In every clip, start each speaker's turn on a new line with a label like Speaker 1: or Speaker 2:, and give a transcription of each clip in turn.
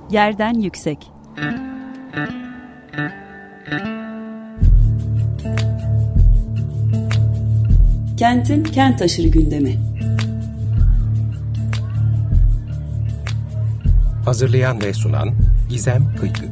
Speaker 1: Yerden yüksek. Kentin kent aşırı gündemi.
Speaker 2: Hazırlayan ve sunan Gizem Kıykı.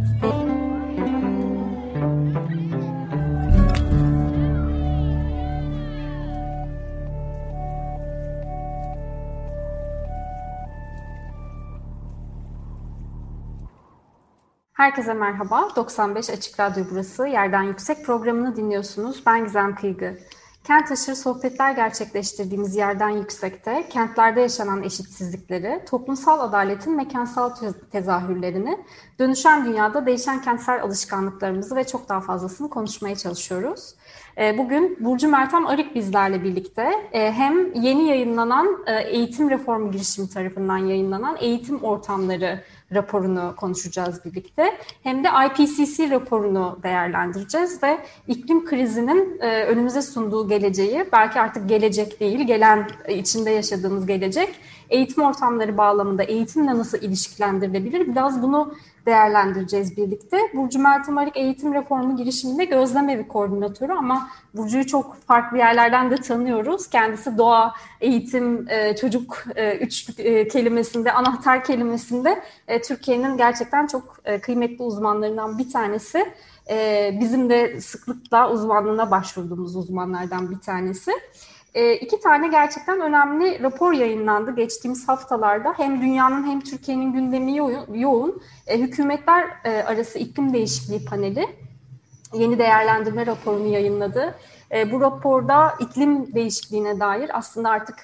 Speaker 3: Herkese merhaba. 95 Açık Radyo burası. Yerden Yüksek programını dinliyorsunuz. Ben Gizem Kıygı. Kent aşırı sohbetler gerçekleştirdiğimiz Yerden Yüksek'te kentlerde yaşanan eşitsizlikleri, toplumsal adaletin mekansal tezahürlerini, dönüşen dünyada değişen kentsel alışkanlıklarımızı ve çok daha fazlasını konuşmaya çalışıyoruz. Bugün Burcu Meltem Arık bizlerle birlikte hem yeni yayınlanan eğitim reformu girişimi tarafından yayınlanan eğitim ortamları raporunu konuşacağız birlikte. Hem de IPCC raporunu değerlendireceğiz ve iklim krizinin önümüze sunduğu geleceği, belki artık gelecek değil, gelen içinde yaşadığımız gelecek, eğitim ortamları bağlamında eğitimle nasıl ilişkilendirilebilir? Biraz bunu değerlendireceğiz birlikte. Burcu Meltem Arık eğitim reformu girişiminde gözlem evi koordinatörü ama Burcu'yu çok farklı yerlerden de tanıyoruz. Kendisi doğa, eğitim, çocuk üç kelimesinde, anahtar kelimesinde Türkiye'nin gerçekten çok kıymetli uzmanlarından bir tanesi. Bizim de sıklıkla uzmanlığına başvurduğumuz uzmanlardan bir tanesi. İki tane gerçekten önemli rapor yayınlandı geçtiğimiz haftalarda. Hem dünyanın hem Türkiye'nin gündemi yoğun. Hükümetler arası iklim değişikliği paneli yeni değerlendirme raporunu yayınladı. Bu raporda iklim değişikliğine dair aslında artık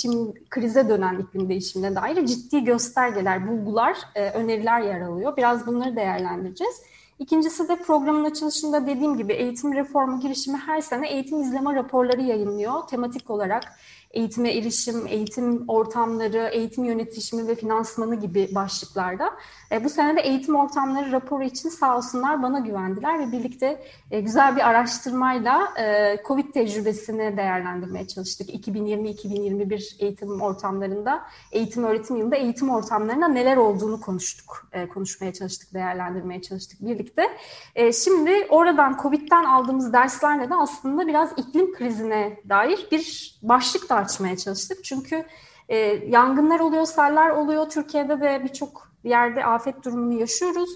Speaker 3: krize dönen iklim değişimine dair ciddi göstergeler, bulgular, öneriler yer alıyor. Biraz bunları değerlendireceğiz. İkincisi de programın açılışında dediğim gibi eğitim reformu girişimi her sene eğitim izleme raporları yayınlıyor. Tematik olarak eğitime erişim, eğitim ortamları, eğitim yönetişimi ve finansmanı gibi başlıklarda. Bu sene de eğitim ortamları raporu için sağ olsunlar bana güvendiler ve birlikte güzel bir araştırmayla COVID tecrübesini değerlendirmeye çalıştık. 2020-2021 eğitim ortamlarında, eğitim öğretim yılında eğitim ortamlarında neler olduğunu konuşmaya çalıştık, değerlendirmeye çalıştık birlikte. Şimdi oradan COVID'den aldığımız derslerle de aslında biraz iklim krizine dair bir başlık da açmaya çalıştık. Çünkü yangınlar oluyor, seller oluyor. Türkiye'de de birçok yerde afet durumunu yaşıyoruz.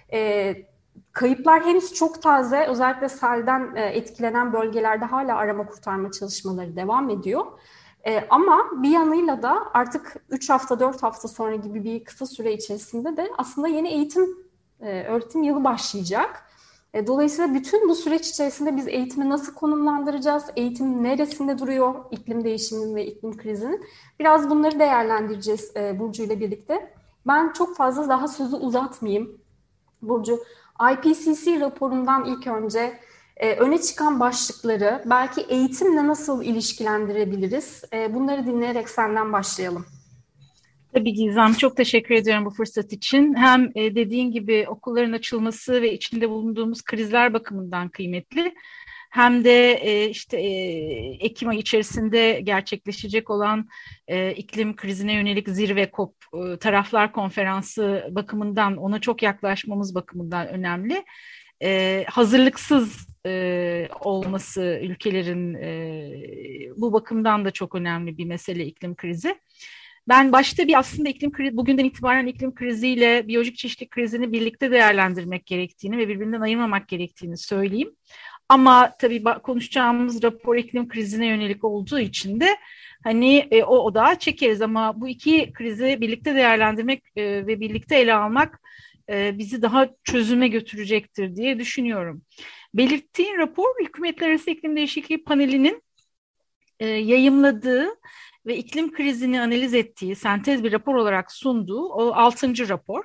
Speaker 3: Kayıplar henüz çok taze. Özellikle selden etkilenen bölgelerde hala arama kurtarma çalışmaları devam ediyor. Ama bir yanıyla da artık 3 hafta, 4 hafta sonra gibi bir kısa süre içerisinde de aslında yeni öğretim yılı başlayacak. Dolayısıyla bütün bu süreç içerisinde biz eğitimi nasıl konumlandıracağız? Eğitim neresinde duruyor iklim değişiminin ve iklim krizinin? Biraz bunları değerlendireceğiz Burcu ile birlikte. Ben çok fazla daha sözü uzatmayayım. Burcu, IPCC raporundan ilk önce öne çıkan başlıkları belki eğitimle nasıl ilişkilendirebiliriz? Bunları dinleyerek senden başlayalım.
Speaker 4: Tabii Gizem, çok teşekkür ediyorum bu fırsat için. Hem dediğin gibi okulların açılması ve içinde bulunduğumuz krizler bakımından kıymetli. Hem de Ekim ayı içerisinde gerçekleşecek olan iklim krizine yönelik zirve COP taraflar konferansı bakımından ona çok yaklaşmamız bakımından önemli. Hazırlıksız olması ülkelerin bu bakımdan da çok önemli bir mesele iklim krizi. Ben başta aslında iklim krizi, bugünden itibaren iklim kriziyle biyolojik çeşitlilik krizini birlikte değerlendirmek gerektiğini ve birbirinden ayırmamak gerektiğini söyleyeyim. Ama tabii konuşacağımız rapor iklim krizine yönelik olduğu için de o odağı çekeriz. Ama bu iki krizi birlikte değerlendirmek ve birlikte ele almak bizi daha çözüme götürecektir diye düşünüyorum. Belirttiğin rapor Hükümetler Arası İklim Değişikliği Paneli'nin yayımladığı ve iklim krizini analiz ettiği, sentez bir rapor olarak sunduğu o 6. rapor.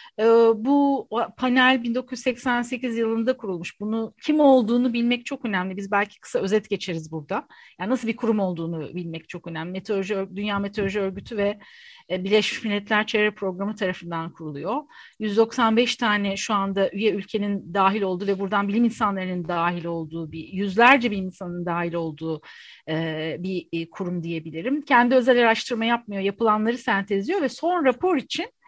Speaker 4: Bu panel 1988 yılında kurulmuş. Bunu kim olduğunu bilmek çok önemli. Biz belki kısa özet geçeriz burada. Yani nasıl bir kurum olduğunu bilmek çok önemli. Dünya Meteoroloji Örgütü ve Birleşmiş Milletler Çevre Programı tarafından kuruluyor. 195 tane şu anda üye ülkenin dahil olduğu ve buradan bilim insanlarının dahil olduğu, yüzlerce bilim insanının dahil olduğu bir kurum diyebilirim. Kendi özel araştırma yapmıyor, yapılanları sentezliyor ve son rapor için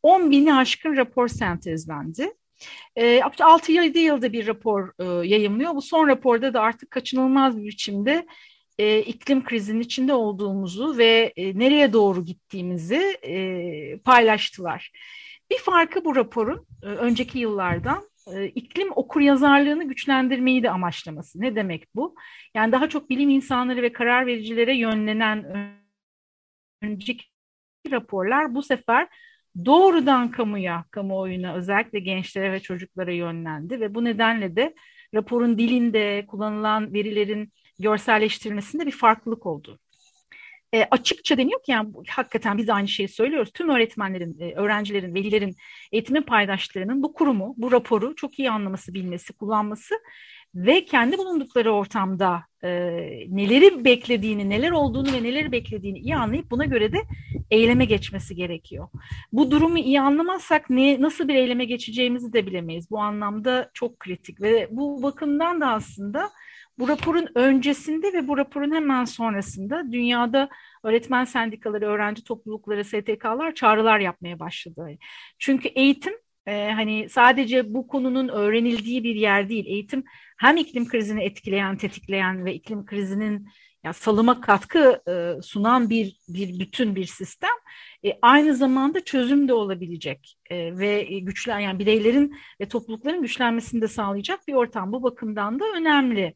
Speaker 4: 10 bini aşkın rapor sentezlendi. 6-7 yılda bir rapor yayımlıyor. Bu son raporda da artık kaçınılmaz bir biçimde iklim krizinin içinde olduğumuzu ve nereye doğru gittiğimizi paylaştılar. Bir farkı bu raporun önceki yıllardan iklim okuryazarlığını güçlendirmeyi de amaçlaması. Ne demek bu? Yani daha çok bilim insanları ve karar vericilere yönlenen önceki raporlar bu sefer doğrudan kamuoyuna, özellikle gençlere ve çocuklara yönlendi ve bu nedenle de raporun dilinde kullanılan verilerin görselleştirilmesinde bir farklılık oldu. Açıkça deniyor ki yani hakikaten biz aynı şeyi söylüyoruz. Tüm öğretmenlerin, öğrencilerin, velilerin, eğitimin paydaşlarının bu kurumu, bu raporu çok iyi anlaması, bilmesi, kullanması ve kendi bulundukları ortamda neleri beklediğini, neler olduğunu ve neleri beklediğini iyi anlayıp buna göre de eyleme geçmesi gerekiyor. Bu durumu iyi anlamazsak nasıl bir eyleme geçeceğimizi de bilemeyiz. Bu anlamda çok kritik ve bu bakımdan da aslında bu raporun öncesinde ve bu raporun hemen sonrasında dünyada öğretmen sendikaları, öğrenci toplulukları, STK'lar çağrılar yapmaya başladı. Çünkü eğitim hani sadece bu konunun öğrenildiği bir yer değil. Eğitim hem iklim krizini etkileyen, tetikleyen ve iklim krizinin salıma katkı sunan bir bütün bir sistem. Aynı zamanda çözüm de olabilecek ve yani bireylerin ve toplulukların güçlenmesini de sağlayacak bir ortam. Bu bakımdan da önemli.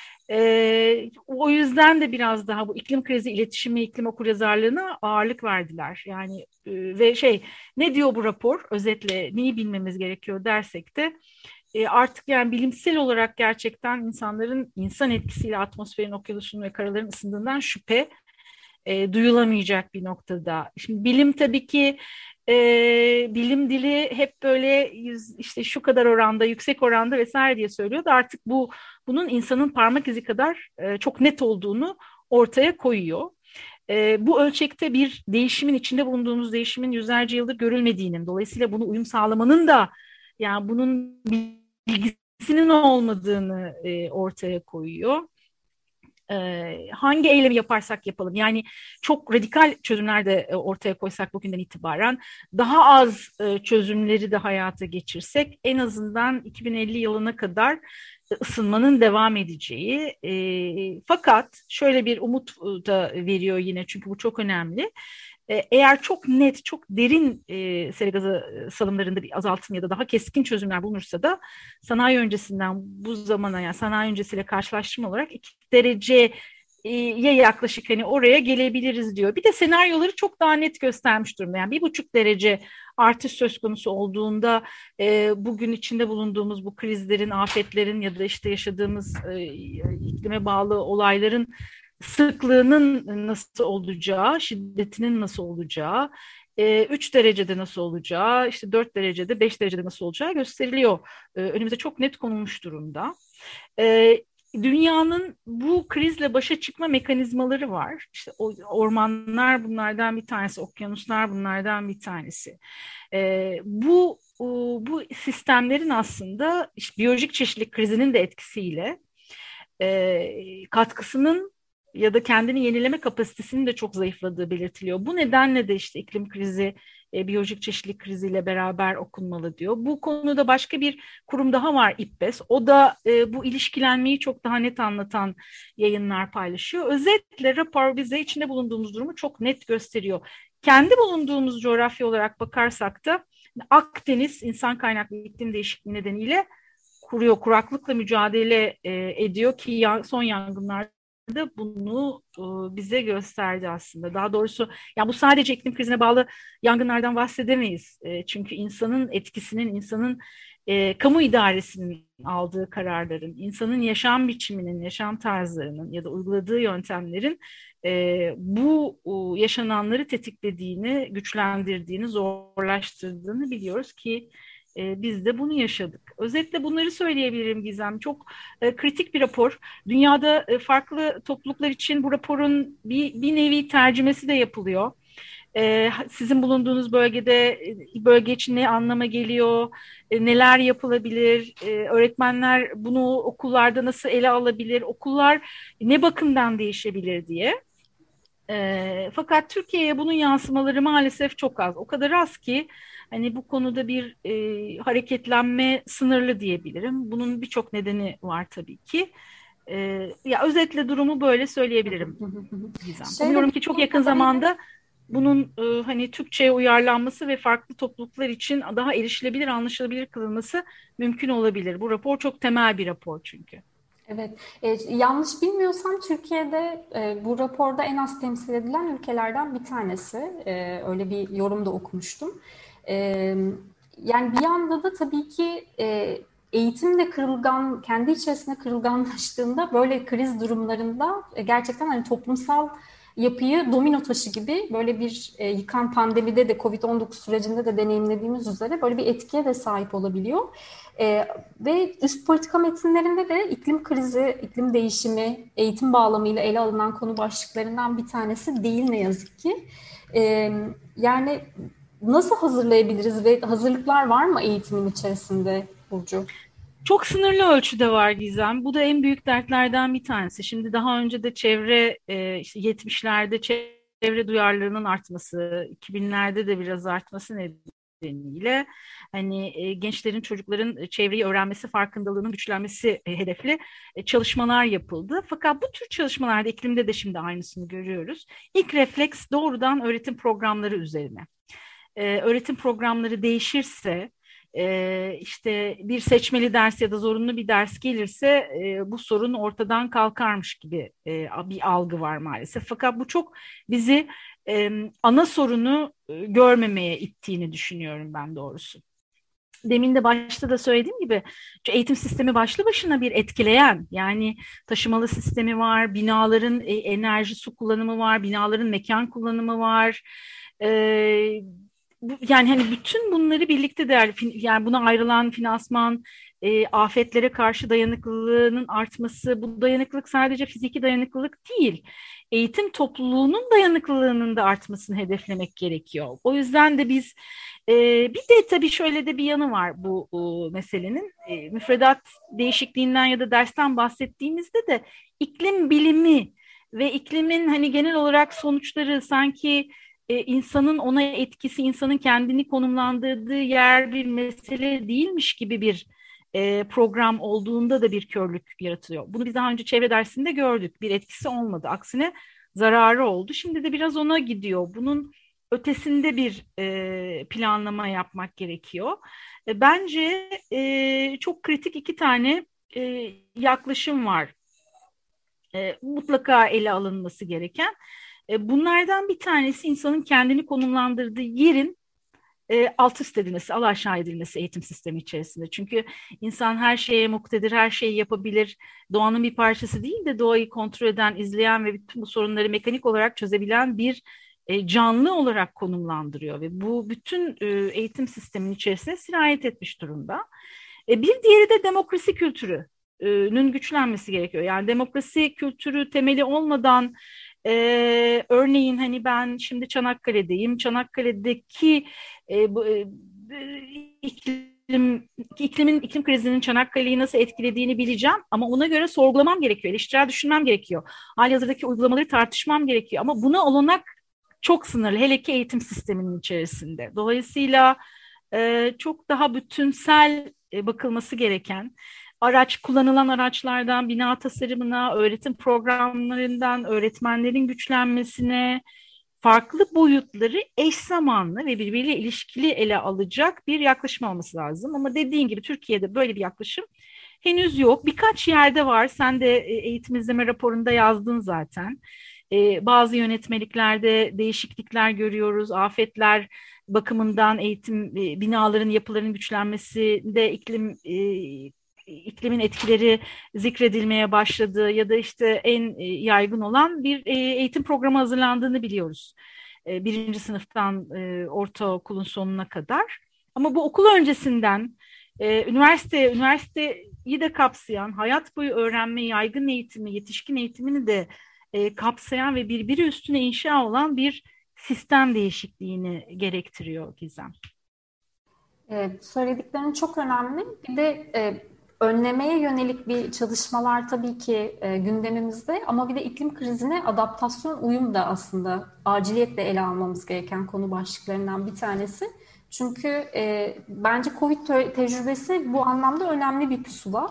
Speaker 4: O yüzden de biraz daha bu iklim krizi iletişimi, iklim okuryazarlığına ağırlık verdiler. Yani ve ne diyor bu rapor? Özetle neyi bilmemiz gerekiyor dersek de artık yani bilimsel olarak gerçekten insanların insan etkisiyle atmosferin, okyanusun ve karaların ısındığından şüphe duyulamayacak bir noktada. Şimdi bilim tabii ki bilim dili hep böyle işte şu kadar oranda, yüksek oranda vesaire diye söylüyor da artık bunun insanın parmak izi kadar çok net olduğunu ortaya koyuyor. Bu ölçekte bir değişimin, içinde bulunduğumuz değişimin yüzlerce yıldır görülmediğinin, dolayısıyla bunu uyum sağlamanın da yani bunun bilgisinin olmadığını ortaya koyuyor. Hangi eylemi yaparsak yapalım yani çok radikal çözümler de ortaya koysak bugünden itibaren daha az çözümleri de hayata geçirsek en azından 2050 yılına kadar ısınmanın devam edeceği fakat şöyle bir umut da veriyor yine çünkü bu çok önemli. Eğer çok net, çok derin sera gazı salımlarında bir azaltım ya da daha keskin çözümler bulunursa da sanayi öncesinden bu zamana yani sanayi öncesiyle karşılaştırma olarak 2 dereceye yaklaşık hani oraya gelebiliriz diyor. Bir de senaryoları çok daha net göstermiş durumda. Yani 1,5 derece artış söz konusu olduğunda bugün içinde bulunduğumuz bu krizlerin, afetlerin ya da işte yaşadığımız iklime bağlı olayların sıklığının nasıl olacağı, şiddetinin nasıl olacağı, 3 derecede nasıl olacağı, işte 4 derecede, 5 derecede nasıl olacağı gösteriliyor. Önümüze çok net konulmuş durumda. Dünyanın bu krizle başa çıkma mekanizmaları var. İşte ormanlar bunlardan bir tanesi, okyanuslar bunlardan bir tanesi. Bu sistemlerin aslında işte biyolojik çeşitlilik krizinin de etkisiyle katkısının ya da kendini yenileme kapasitesinin de çok zayıfladığı belirtiliyor. Bu nedenle de işte iklim krizi, biyolojik çeşitlilik kriziyle beraber okunmalı diyor. Bu konuda başka bir kurum daha var, İPBES. O da bu ilişkilenmeyi çok daha net anlatan yayınlar paylaşıyor. Özetle rapor bize içinde bulunduğumuz durumu çok net gösteriyor. Kendi bulunduğumuz coğrafya olarak bakarsak da Akdeniz insan kaynaklı iklim değişikliği nedeniyle kuraklıkla mücadele ediyor ki son yangınlarda bunu bize gösterdi aslında. Daha doğrusu ya bu sadece iklim krizine bağlı yangınlardan bahsedemeyiz. Çünkü insanın etkisinin, insanın kamu idaresinin aldığı kararların, insanın yaşam biçiminin, yaşam tarzlarının ya da uyguladığı yöntemlerin bu yaşananları tetiklediğini, güçlendirdiğini, zorlaştırdığını biliyoruz ki biz de bunu yaşadık. Özetle bunları söyleyebilirim Gizem. Çok kritik bir rapor. Dünyada farklı topluluklar için bu raporun bir nevi tercümesi de yapılıyor. Sizin bulunduğunuz bölge için ne anlama geliyor, neler yapılabilir, öğretmenler bunu okullarda nasıl ele alabilir, okullar ne bakımdan değişebilir diye. Fakat Türkiye'ye bunun yansımaları maalesef çok az. O kadar az ki hani bu konuda bir hareketlenme sınırlı diyebilirim. Bunun birçok nedeni var tabii ki. Ya özetle durumu böyle söyleyebilirim Gizem.
Speaker 3: Şeyde
Speaker 4: Umuyorum ki çok yakın zamanda bunun hani Türkçe'ye uyarlanması ve farklı topluluklar için daha erişilebilir, anlaşılabilir kılınması mümkün olabilir. Bu rapor çok temel bir rapor çünkü.
Speaker 3: Evet, yanlış bilmiyorsam Türkiye'de bu raporda en az temsil edilen ülkelerden bir tanesi. Öyle bir yorum da okumuştum. E, Yani bir yanda da tabii ki eğitim de kırılgan, kendi içerisinde kırılganlaştığında böyle kriz durumlarında gerçekten hani toplumsal yapıyı domino taşı gibi böyle bir yıkan pandemide de Covid-19 sürecinde de deneyimlediğimiz üzere böyle bir etkiye de sahip olabiliyor. Ve üst politika metinlerinde de iklim krizi, iklim değişimi, eğitim bağlamıyla ele alınan konu başlıklarından bir tanesi değil ne yazık ki. Yani nasıl hazırlayabiliriz ve hazırlıklar var mı eğitimin içerisinde Burcu?
Speaker 4: Çok sınırlı ölçüde var Gizem. Bu da en büyük dertlerden bir tanesi. Şimdi daha önce de işte 70'lerde çevre duyarlılığının artması, 2000'lerde de biraz artması nedeniyle hani gençlerin, çocukların çevreyi öğrenmesi, farkındalığının güçlenmesi hedefli çalışmalar yapıldı. Fakat bu tür çalışmalarda iklimde de şimdi aynısını görüyoruz. İlk refleks doğrudan öğretim programları üzerine. Öğretim programları değişirse işte bir seçmeli ders ya da zorunlu bir ders gelirse bu sorun ortadan kalkarmış gibi bir algı var maalesef. Fakat bu çok bizi ana sorunu görmemeye ittiğini düşünüyorum ben doğrusu. Demin de başta da söylediğim gibi eğitim sistemi başlı başına bir etkileyen, yani taşımalı sistemi var, binaların enerji su kullanımı var, binaların mekan kullanımı var. Yani hani bütün bunları birlikte yani buna ayrılan finansman, afetlere karşı dayanıklılığının artması, bu dayanıklılık sadece fiziki dayanıklılık değil, eğitim topluluğunun dayanıklılığının da artmasını hedeflemek gerekiyor. O yüzden de biz bir de tabii şöyle de bir yanı var bu meselenin. Müfredat değişikliğinden ya da dersten bahsettiğimizde de iklim bilimi ve iklimin hani genel olarak sonuçları sanki insanın ona etkisi, insanın kendini konumlandırdığı yer bir mesele değilmiş gibi bir program olduğunda da bir körlük yaratıyor. Bunu biz daha önce çevre dersinde gördük. Bir etkisi olmadı. Aksine zararı oldu. Şimdi de biraz ona gidiyor. Bunun ötesinde bir planlama yapmak gerekiyor. Bence çok kritik iki tane yaklaşım var. Mutlaka ele alınması gereken. Bunlardan bir tanesi insanın kendini konumlandırdığı yerin alt üst edilmesi, alaşağı edilmesi eğitim sistemi içerisinde. Çünkü insan her şeye muktedir, her şeyi yapabilir. Doğanın bir parçası değil de doğayı kontrol eden, izleyen ve bütün bu sorunları mekanik olarak çözebilen bir canlı olarak konumlandırıyor ve bu bütün eğitim sisteminin içerisine sirayet etmiş durumda. Bir diğeri de demokrasi kültürünün güçlenmesi gerekiyor. Yani demokrasi kültürü temeli olmadan örneğin hani ben şimdi Çanakkale'deyim. Çanakkale'deki iklim krizinin Çanakkale'yi nasıl etkilediğini bileceğim ama ona göre sorgulamam gerekiyor, eleştirel düşünmem gerekiyor. Halihazırdaki uygulamaları tartışmam gerekiyor ama buna olanak çok sınırlı, hele ki eğitim sisteminin içerisinde. Dolayısıyla çok daha bütünsel bakılması gereken, kullanılan araçlardan bina tasarımına, öğretim programlarından öğretmenlerin güçlenmesine, farklı boyutları eş zamanlı ve birbiriyle ilişkili ele alacak bir yaklaşım olması lazım. Ama dediğin gibi Türkiye'de böyle bir yaklaşım henüz yok. Birkaç yerde var. Sen de eğitim izleme raporunda yazdın zaten. Bazı yönetmeliklerde değişiklikler görüyoruz. Afetler bakımından eğitim binaların, yapıların güçlenmesinde iklimin etkileri zikredilmeye başladı ya da işte en yaygın olan bir eğitim programı hazırlandığını biliyoruz. Birinci sınıftan ortaokulun sonuna kadar. Ama bu okul öncesinden üniversiteyi de kapsayan, hayat boyu öğrenme, yaygın eğitimi, yetişkin eğitimini de kapsayan ve birbiri üstüne inşa olan bir sistem değişikliğini gerektiriyor Gizem.
Speaker 3: Söylediklerin çok önemli. Bir de önlemeye yönelik bir çalışmalar tabii ki gündemimizde ama bir de iklim krizine adaptasyon, uyum da aslında aciliyetle ele almamız gereken konu başlıklarından bir tanesi. Çünkü bence Covid tecrübesi bu anlamda önemli bir pusula.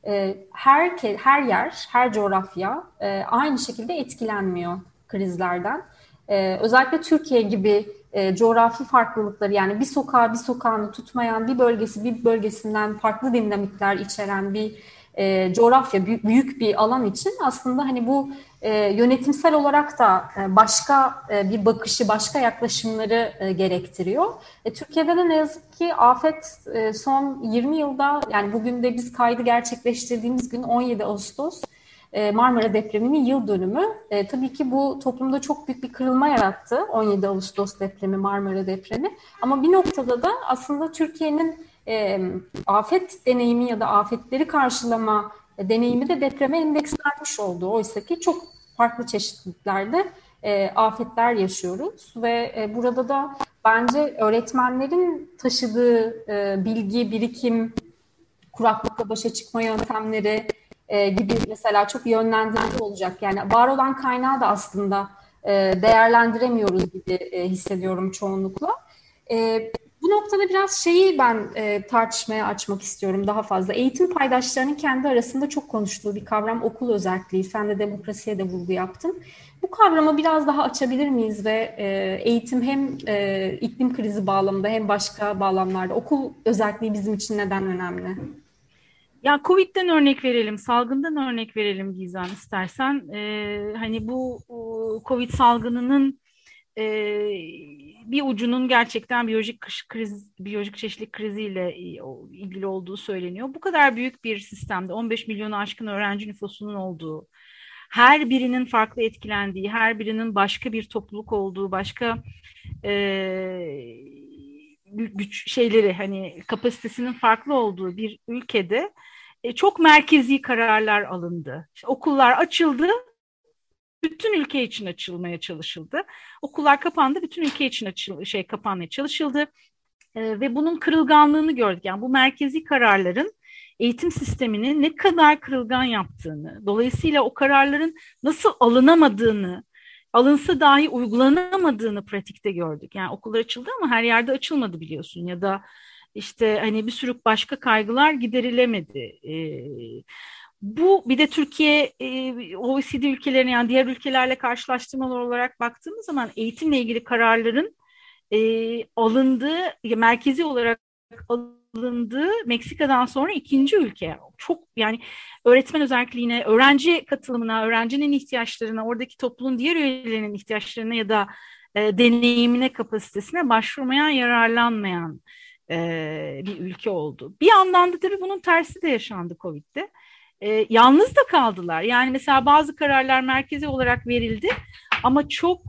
Speaker 3: Her yer, her coğrafya aynı şekilde etkilenmiyor krizlerden. Özellikle Türkiye gibi coğrafi farklılıkları, yani bir sokağı bir sokağını tutmayan, bir bölgesi bir bölgesinden farklı dinamikler içeren bir coğrafya, büyük bir alan için aslında hani bu yönetimsel olarak da başka bir bakışı, başka yaklaşımları gerektiriyor. Türkiye'de de ne yazık ki afet son 20 yılda, yani bugün de biz kaydı gerçekleştirdiğimiz gün 17 Ağustos Marmara depreminin yıl dönümü. Tabii ki bu toplumda çok büyük bir kırılma yarattı 17 Ağustos depremi, Marmara depremi. Ama bir noktada da aslında Türkiye'nin afet deneyimi ya da afetleri karşılama deneyimi de depreme endekslenmiş oldu. Oysa ki çok farklı çeşitliklerde afetler yaşıyoruz ve burada da bence öğretmenlerin taşıdığı bilgi, birikim, kuraklıkla başa çıkma yöntemleri gibi mesela çok yönlendirici olacak. Yani var olan kaynağı da aslında değerlendiremiyoruz gibi hissediyorum çoğunlukla. Bu noktada biraz şeyi ben tartışmaya açmak istiyorum daha fazla. Eğitim paydaşlarının kendi arasında çok konuştuğu bir kavram okul özelliği. Sen de demokrasiye de vurgu yaptın. Bu kavramı biraz daha açabilir miyiz ve eğitim hem iklim krizi bağlamında hem başka bağlamlarda okul özelliği bizim için neden önemli?
Speaker 4: Ya Covid'den örnek verelim, salgından örnek verelim Gizem istersen. Hani bu Covid salgınının bir ucunun gerçekten biyolojik çeşitlilik kriziyle ilgili olduğu söyleniyor. Bu kadar büyük bir sistemde 15 milyonu aşkın öğrenci nüfusunun olduğu, her birinin farklı etkilendiği, her birinin başka bir topluluk olduğu, başka güç şeyleri hani kapasitesinin farklı olduğu bir ülkede çok merkezi kararlar alındı. İşte okullar açıldı, bütün ülke için açılmaya çalışıldı. Okullar kapandı, bütün ülke için kapanmaya çalışıldı. Ve bunun kırılganlığını gördük. Yani bu merkezi kararların eğitim sistemini ne kadar kırılgan yaptığını, dolayısıyla o kararların nasıl alınamadığını, alınsa dahi uygulanamadığını pratikte gördük. Yani okullar açıldı ama her yerde açılmadı biliyorsun, ya da işte hani bir sürü başka kaygılar giderilemedi. Bu bir de Türkiye OECD ülkelerine, yani diğer ülkelerle karşılaştırmalar olarak baktığımız zaman eğitimle ilgili kararların alındığı, merkezi olarak alındığı Meksika'dan sonra ikinci ülke. Çok yani öğretmen özelliğine, öğrenci katılımına, öğrencinin ihtiyaçlarına, oradaki toplumun diğer üyelerinin ihtiyaçlarına ya da deneyimine, kapasitesine başvurmayan, yararlanmayan bir ülke oldu. Bir yandan da tabii bunun tersi de yaşandı Covid'de. Yalnız da kaldılar. Yani mesela bazı kararlar merkezi olarak verildi ama çok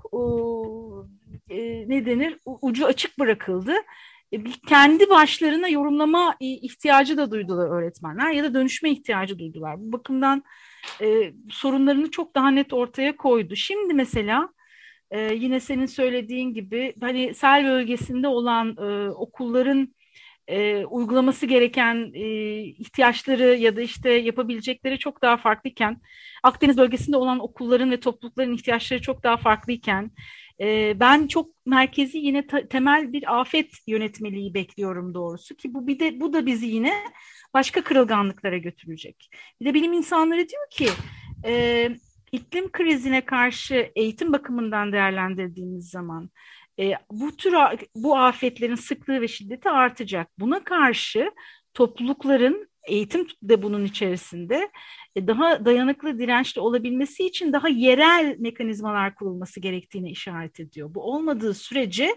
Speaker 4: ne denir, ucu açık bırakıldı. Kendi başlarına yorumlama ihtiyacı da duydular öğretmenler ya da dönüşme ihtiyacı duydular. Bu bakımdan sorunlarını çok daha net ortaya koydu. Şimdi mesela yine senin söylediğin gibi hani sel bölgesinde olan okulların uygulaması gereken ihtiyaçları ya da işte yapabilecekleri çok daha farklıyken, Akdeniz bölgesinde olan okulların ve toplulukların ihtiyaçları çok daha farklıyken, ben çok merkezi yine temel bir afet yönetmeliği bekliyorum doğrusu ki bu da bizi yine başka kırılganlıklara götürecek. Bir de bilim insanları diyor ki iklim krizine karşı eğitim bakımından değerlendirdiğimiz zaman bu afetlerin sıklığı ve şiddeti artacak. Buna karşı toplulukların, eğitim de bunun içerisinde, daha dayanıklı, dirençli olabilmesi için daha yerel mekanizmalar kurulması gerektiğini işaret ediyor. Bu olmadığı sürece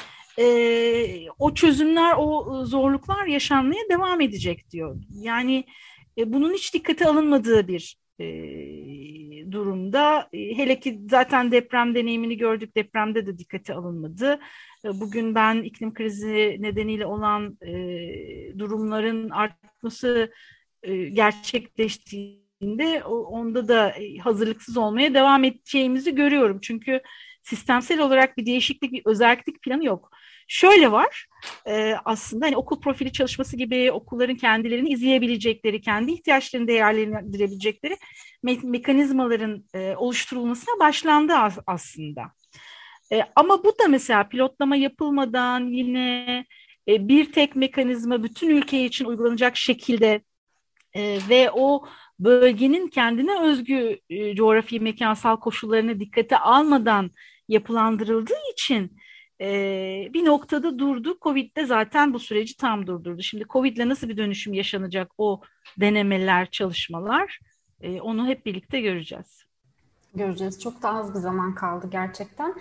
Speaker 4: o çözümler, o zorluklar yaşanmaya devam edecek diyor. Yani bunun hiç dikkate alınmadığı bir durumda. Hele ki zaten deprem deneyimini gördük. Depremde de dikkate alınmadı. Bugün ben iklim krizi nedeniyle olan durumların artması gerçekleştiğinde onda da hazırlıksız olmaya devam edeceğimizi görüyorum. Çünkü sistemsel olarak bir değişiklik, bir özellik planı yok. Şöyle var, aslında hani okul profili çalışması gibi okulların kendilerini izleyebilecekleri, kendi ihtiyaçlarını değerlendirebilecekleri mekanizmaların oluşturulmasına başlandı aslında. Ama bu da mesela pilotlama yapılmadan yine bir tek mekanizma bütün ülke için uygulanacak şekilde ve o bölgenin kendine özgü coğrafi mekansal koşullarını dikkate almadan yapılandırıldığı için bir noktada durdu. Covid de zaten bu süreci tam durdurdu. Şimdi Covid'le nasıl bir dönüşüm yaşanacak o denemeler, çalışmalar onu hep birlikte göreceğiz.
Speaker 3: Göreceğiz. Çok da az bir zaman kaldı gerçekten.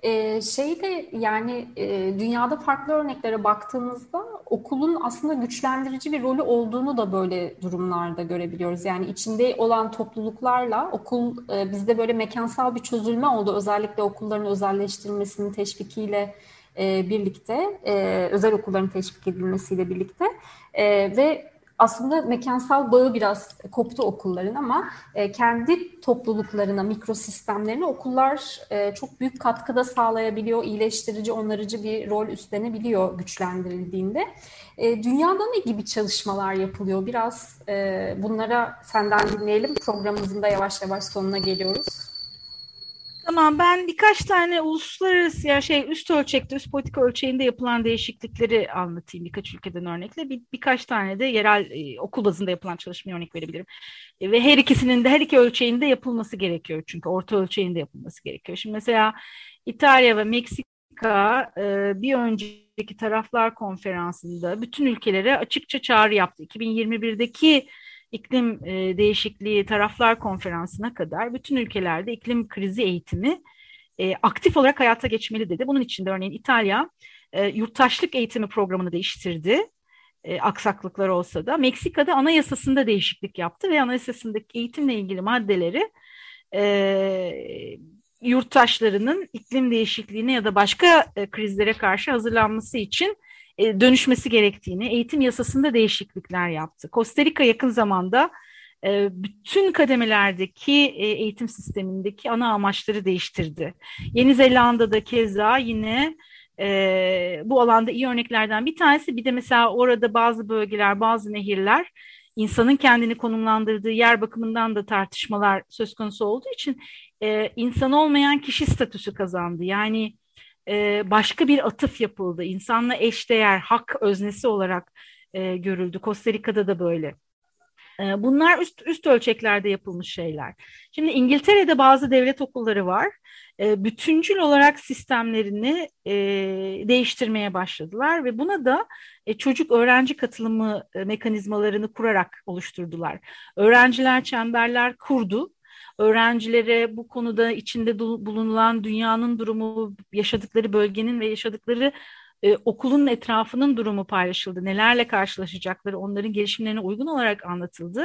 Speaker 3: Dünyada farklı örneklere baktığımızda okulun aslında güçlendirici bir rolü olduğunu da böyle durumlarda görebiliyoruz. Yani içinde olan topluluklarla okul bizde böyle mekansal bir çözülme oldu. Özellikle okulların özelleştirilmesinin teşvikiyle birlikte, özel okulların teşvik edilmesiyle birlikte ve aslında mekansal bağı biraz koptu okulların ama kendi topluluklarına, mikrosistemlerine okullar çok büyük katkıda sağlayabiliyor, iyileştirici, onarıcı bir rol üstlenebiliyor güçlendirildiğinde. Dünyada ne gibi çalışmalar yapılıyor? Biraz bunlara senden dinleyelim. Programımızın da yavaş yavaş sonuna geliyoruz.
Speaker 4: Tamam, ben birkaç tane uluslararası üst ölçekte, üst politika ölçeğinde yapılan değişiklikleri anlatayım birkaç ülkeden örnekle. Birkaç tane de yerel okul bazında yapılan çalışmaya örnek verebilirim. Ve her iki ölçeğinde yapılması gerekiyor çünkü orta ölçeğinde yapılması gerekiyor. Şimdi mesela İtalya ve Meksika bir önceki taraflar konferansında bütün ülkelere açıkça çağrı yaptı. 2021'deki İklim Değişikliği Taraflar Konferansı'na kadar bütün ülkelerde iklim krizi eğitimi aktif olarak hayata geçmeli dedi. Bunun için de örneğin İtalya yurttaşlık eğitimi programını değiştirdi. Aksaklıklar olsa da. Meksika'da anayasasında değişiklik yaptı ve anayasasındaki eğitimle ilgili maddeleri yurttaşlarının iklim değişikliğine ya da başka krizlere karşı hazırlanması için dönüşmesi gerektiğini, eğitim yasasında değişiklikler yaptı. Costa Rica yakın zamanda bütün kademelerdeki eğitim sistemindeki ana amaçları değiştirdi. Yeni Zelanda'da keza yine bu alanda iyi örneklerden bir tanesi. Bir de mesela orada bazı bölgeler, bazı nehirler insanın kendini konumlandırdığı yer bakımından da tartışmalar söz konusu olduğu için insan olmayan kişi statüsü kazandı. Yani başka bir atıf yapıldı. İnsanla eşdeğer, hak öznesi olarak görüldü. Costa Rica'da da böyle. Bunlar üst ölçeklerde yapılmış şeyler. Şimdi İngiltere'de bazı devlet okulları var. Bütüncül olarak sistemlerini değiştirmeye başladılar ve buna da çocuk öğrenci katılımı mekanizmalarını kurarak oluşturdular. Öğrenciler çemberler kurdu. Öğrencilere bu konuda içinde bulunulan dünyanın durumu, yaşadıkları bölgenin ve yaşadıkları okulun etrafının durumu paylaşıldı. Nelerle karşılaşacakları, onların gelişimlerine uygun olarak anlatıldı.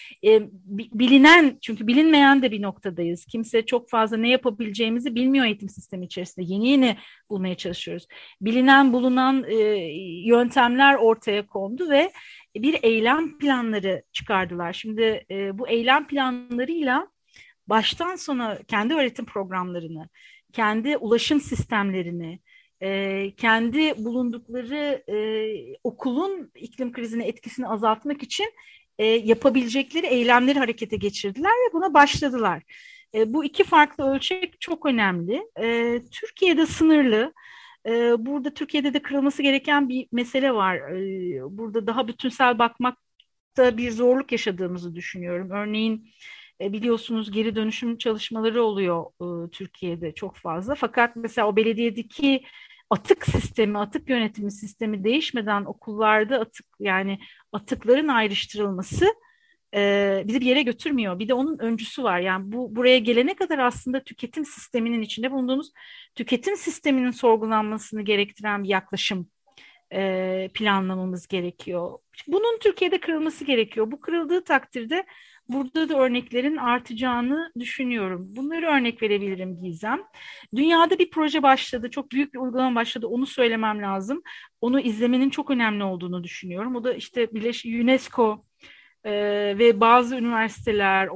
Speaker 4: Bilinen, çünkü bilinmeyen de bir noktadayız. Kimse çok fazla ne yapabileceğimizi bilmiyor eğitim sistemi içerisinde. Yeni bulmaya çalışıyoruz. Bulunan yöntemler ortaya kondu ve bir eylem planları çıkardılar. Şimdi bu eylem planlarıyla baştan sona kendi öğretim programlarını, kendi ulaşım sistemlerini, kendi bulundukları okulun iklim krizine etkisini azaltmak için yapabilecekleri eylemleri harekete geçirdiler ve buna başladılar. Bu iki farklı ölçek çok önemli. Türkiye'de sınırlı. Burada Türkiye'de de kırılması gereken bir mesele var. Burada daha bütünsel bakmakta bir zorluk yaşadığımızı düşünüyorum. Örneğin biliyorsunuz geri dönüşüm çalışmaları oluyor Türkiye'de çok fazla. Fakat mesela o belediyedeki atık sistemi, atık yönetimi sistemi değişmeden okullarda atıkların ayrıştırılması bizi bir yere götürmüyor. Bir de onun öncüsü var. Yani buraya gelene kadar aslında tüketim sisteminin içinde bulunduğumuz tüketim sisteminin sorgulanmasını gerektiren bir yaklaşım planlamamız gerekiyor. Bunun Türkiye'de kırılması gerekiyor. Bu kırıldığı takdirde burada da örneklerin artacağını düşünüyorum. Bunları örnek verebilirim Gizem. Dünyada bir proje başladı, çok büyük bir uygulama başladı. Onu söylemem lazım. Onu izlemenin çok önemli olduğunu düşünüyorum. O da işte UNESCO ve bazı üniversiteler,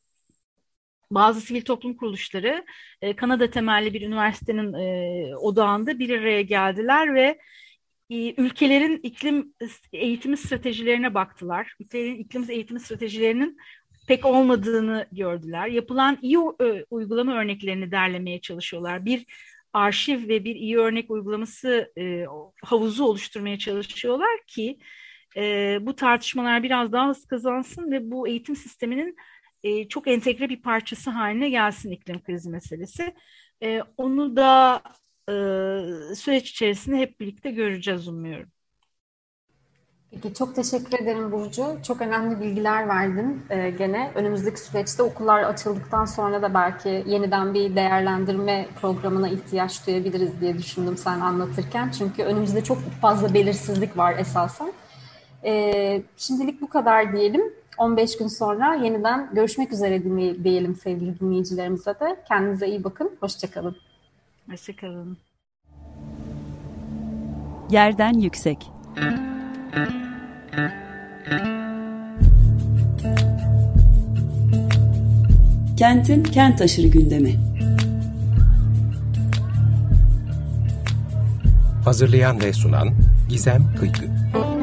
Speaker 4: bazı sivil toplum kuruluşları Kanada temelli bir üniversitenin odağında bir araya geldiler ve ülkelerin iklim eğitimi stratejilerine baktılar. Ülkelerin iklim eğitimi stratejilerinin pek olmadığını gördüler. Yapılan iyi uygulama örneklerini derlemeye çalışıyorlar. Bir arşiv ve bir iyi örnek uygulaması havuzu oluşturmaya çalışıyorlar ki bu tartışmalar biraz daha hız kazansın ve bu eğitim sisteminin çok entegre bir parçası haline gelsin iklim krizi meselesi. Onu da süreç içerisinde hep birlikte göreceğiz umuyorum.
Speaker 3: Peki, çok teşekkür ederim Burcu. Çok önemli bilgiler verdin gene. Önümüzdeki süreçte okullar açıldıktan sonra da belki yeniden bir değerlendirme programına ihtiyaç duyabiliriz diye düşündüm sen anlatırken. Çünkü önümüzde çok fazla belirsizlik var esasen. Şimdilik bu kadar diyelim. 15 gün sonra yeniden görüşmek üzere diyelim sevgili dinleyicilerimize de. Kendinize iyi bakın. Hoşça kalın.
Speaker 4: Hoşça kalın.
Speaker 1: Yerden yüksek. Kentin kent aşırı gündemi.
Speaker 2: Hazırlayan ve sunan Gizem Kıykı.